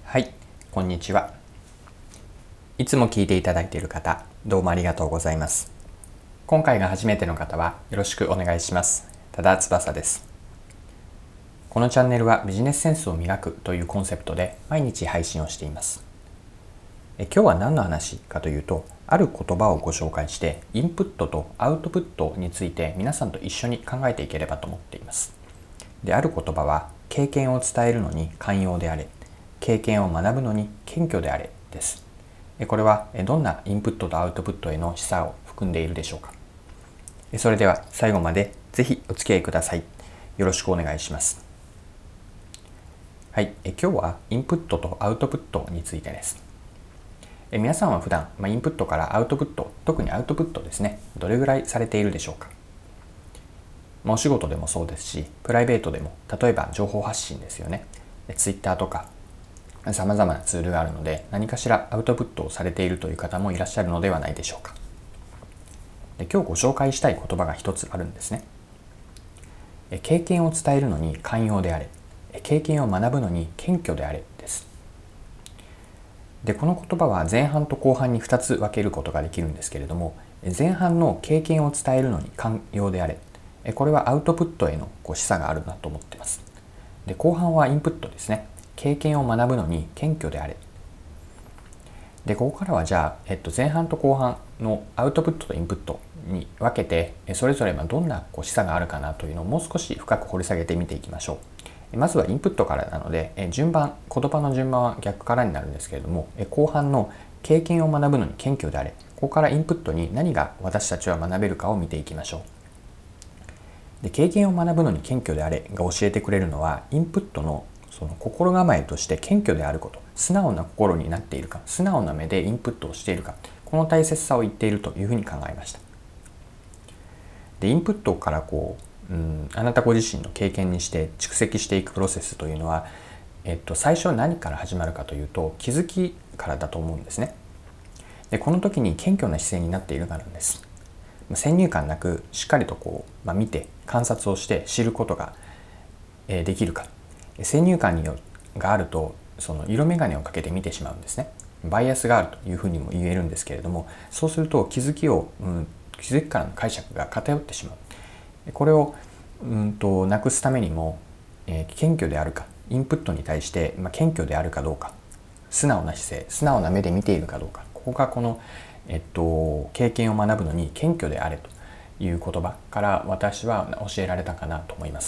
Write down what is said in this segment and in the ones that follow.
はい、こんにちは。いつも聞いていただいている方、どうもありがとうございます。今回が初めての方はよろしくお願いします。多田翼です。このチャンネルはビジネスセンスを磨くというコンセプトで毎日配信をしています。今日は何の話かというと、ある言葉をご紹介して、インプットとアウトプットについて皆さんと一緒に考えていければと思っています。で、ある言葉は、経験を伝えるのに寛容であれ、経験を学ぶのに謙虚であれです。これはどんなインプットとアウトプットへの示唆を含んでいるでしょうか。それでは最後までぜひお付き合いください。よろしくお願いします。はい、今日はインプットとアウトプットについてです。皆さんは普段、インプットからアウトプット、特にアウトプットですね、どれぐらいされているでしょうか。お仕事でもそうですし、プライベートでも、例えば情報発信ですよね。Twitter とか様々なツールがあるので、何かしらアウトプットをされているという方もいらっしゃるのではないでしょうか。で、今日ご紹介したい言葉が一つあるんですね。経験を伝えるのに寛容であれ、経験を学ぶのに謙虚であれです。で、この言葉は前半と後半に2つ分けることができるんですけれども、前半の経験を伝えるのに寛容であれ、これはアウトプットへの示唆があるなと思っています。で、後半はインプットですね。経験を学ぶのに謙虚であれ。で、ここからはじゃあ、前半と後半のアウトプットとインプットに分けて、それぞれどんな示唆があるかなというのをもう少し深く掘り下げてみていきましょう。まずはインプットからなので、言葉の順番は逆からになるんですけれども、後半の経験を学ぶのに謙虚であれ。ここからインプットに何が私たちは学べるかを見ていきましょう。で、経験を学ぶのに謙虚であれが教えてくれるのは、インプットのその心構えとして謙虚であること、素直な心になっているか、素直な目でインプットをしているか、この大切さを言っているというふうに考えました。で、インプットからあなたご自身の経験にして蓄積していくプロセスというのは、最初何から始まるかというと、気づきからだと思うんですね。で、この時に謙虚な姿勢になっているからです。先入観なくしっかりと見て観察をして知ることができるか。先入観があると、その色眼鏡をかけて見てしまうんですね。バイアスがあるというふうにも言えるんですけれども、そうすると気づきからの解釈が偏ってしまう。これをなくすためにも、謙虚であるか、インプットに対して謙虚であるかどうか、素直な姿勢、素直な目で見ているかどうか、ここがこの、経験を学ぶのに謙虚であれという言葉から私は教えられたかなと思います。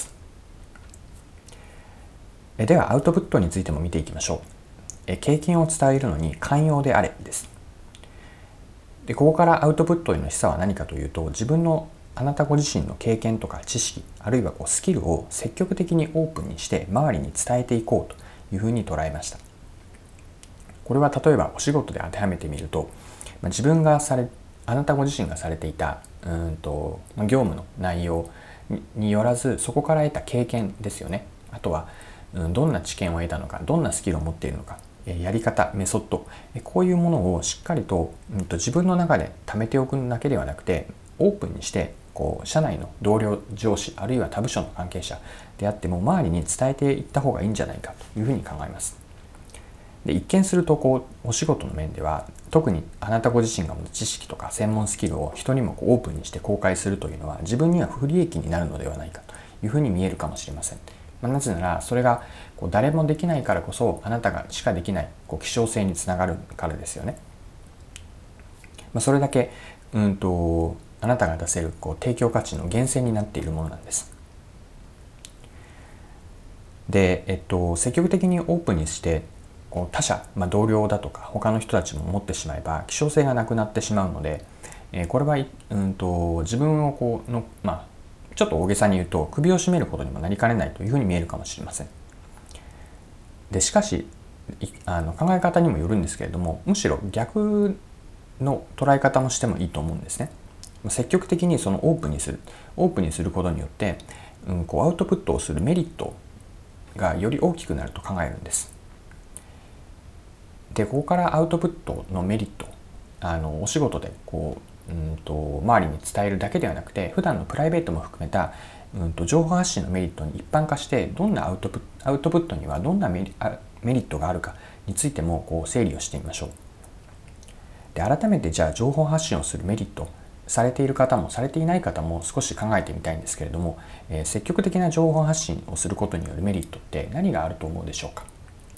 ではアウトプットについても見ていきましょう。経験を伝えるのに寛容であれです。で、ここからアウトプットへの示唆は何かというと、自分のあなたご自身の経験とか知識、あるいはスキルを積極的にオープンにして周りに伝えていこうというふうに捉えました。これは例えばお仕事で当てはめてみると、あなたご自身がされていた業務の内容によらず、そこから得た経験ですよね。あとはどんな知見を得たのか、どんなスキルを持っているのか、やり方、メソッド、こういうものをしっかりと自分の中で貯めておくだけではなくて、オープンにして社内の同僚、上司、あるいは他部署の関係者であっても周りに伝えていった方がいいんじゃないかというふうに考えます。で、一見するとお仕事の面では、特にあなたご自身が持つ知識とか専門スキルを人にもオープンにして公開するというのは、自分には不利益になるのではないかというふうに見えるかもしれません。なぜならそれが誰もできないからこそ、あなたがしかできない希少性につながるからですよね。それだけあなたが出せる提供価値の源泉になっているものなんです。で、積極的にオープンにして他者、同僚だとか他の人たちも持ってしまえば希少性がなくなってしまうので、これは自分をちょっと大げさに言うと首を絞めることにもなりかねないというふうに見えるかもしれません。で、しかし考え方にもよるんですけれども、むしろ逆の捉え方もしてもいいと思うんですね。積極的にそのオープンにすることによって、アウトプットをするメリットがより大きくなると考えるんです。で、ここからアウトプットのメリット、お仕事で周りに伝えるだけではなくて、普段のプライベートも含めた情報発信のメリットに一般化して、どんなアウトプットにはどんなメリットがあるかについても整理をしてみましょう。で、改めてじゃあ情報発信をするメリット、されている方もされていない方も少し考えてみたいんですけれども、積極的な情報発信をすることによるメリットって何があると思うでしょうか。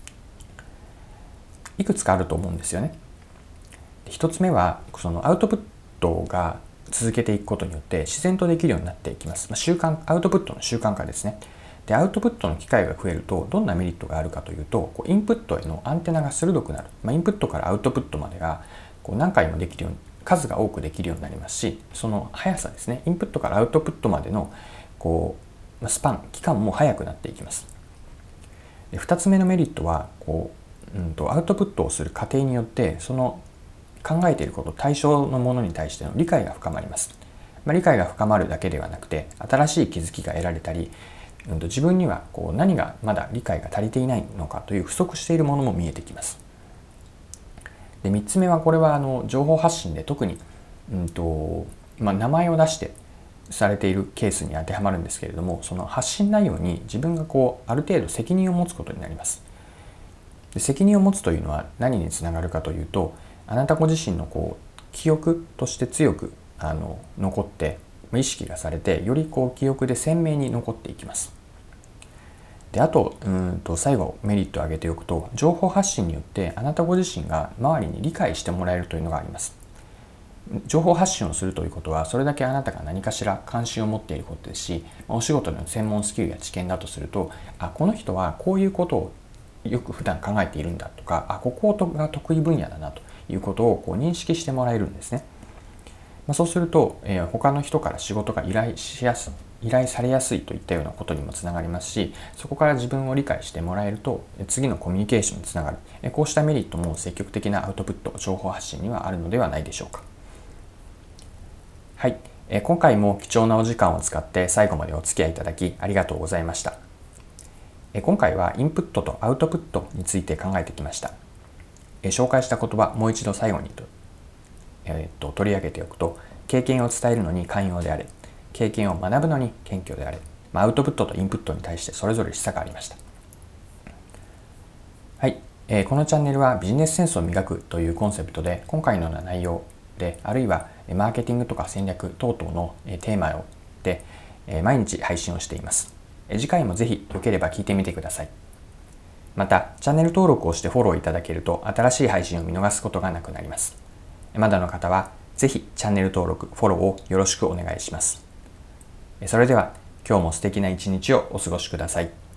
いくつかあると思うんですよね。一つ目はそのアウトプットが続けていくことによって自然とできるようになっていきます。アウトプットの習慣化ですね。で、アウトプットの機会が増えるとどんなメリットがあるかというと、インプットへのアンテナが鋭くなる。インプットからアウトプットまでが何回もできるように、数が多くできるようになりますし、その速さですね、インプットからアウトプットまでのスパン、期間も速くなっていきます。で、2つ目のメリットはアウトプットをする過程によってその考えていること、対象のものに対しての理解が深まります。理解が深まるだけではなくて、新しい気づきが得られたり、自分には何がまだ理解が足りていないのかという不足しているものも見えてきます。で、3つ目はこれは情報発信で特に、名前を出してされているケースに当てはまるんですけれども、その発信内容に自分がある程度責任を持つことになります。で、責任を持つというのは何につながるかというと、あなたご自身の記憶として強く残って意識がされて、より記憶で鮮明に残っていきます。で、あと最後メリットを挙げておくと、情報発信によってあなたご自身が周りに理解してもらえるというのがあります。情報発信をするということは、それだけあなたが何かしら関心を持っていることですし、お仕事の専門スキルや知見だとすると、この人はこういうことをよく普段考えているんだとか、ここが得意分野だなということを認識してもらえるんですね。そうすると、他の人から仕事が依頼されやすいといったようなことにもつながりますし、そこから自分を理解してもらえると次のコミュニケーションにつながる、こうしたメリットも積極的なアウトプット、情報発信にはあるのではないでしょうか。はい、今回も貴重なお時間を使って最後までお付き合いいただきありがとうございました。今回はインプットとアウトプットについて考えてきました。紹介した言葉、もう一度最後に取り上げておくと、経験を伝えるのに寛容であれ、経験を学ぶのに謙虚であれ、アウトプットとインプットに対してそれぞれ示唆がありました。はい、このチャンネルはビジネスセンスを磨くというコンセプトで、今回のような内容で、あるいはマーケティングとか戦略等々のテーマで毎日配信をしています。次回もぜひよければ聞いてみてください。また、チャンネル登録をしてフォローいただけると、新しい配信を見逃すことがなくなります。まだの方はぜひチャンネル登録、フォローをよろしくお願いします。それでは今日も素敵な一日をお過ごしください。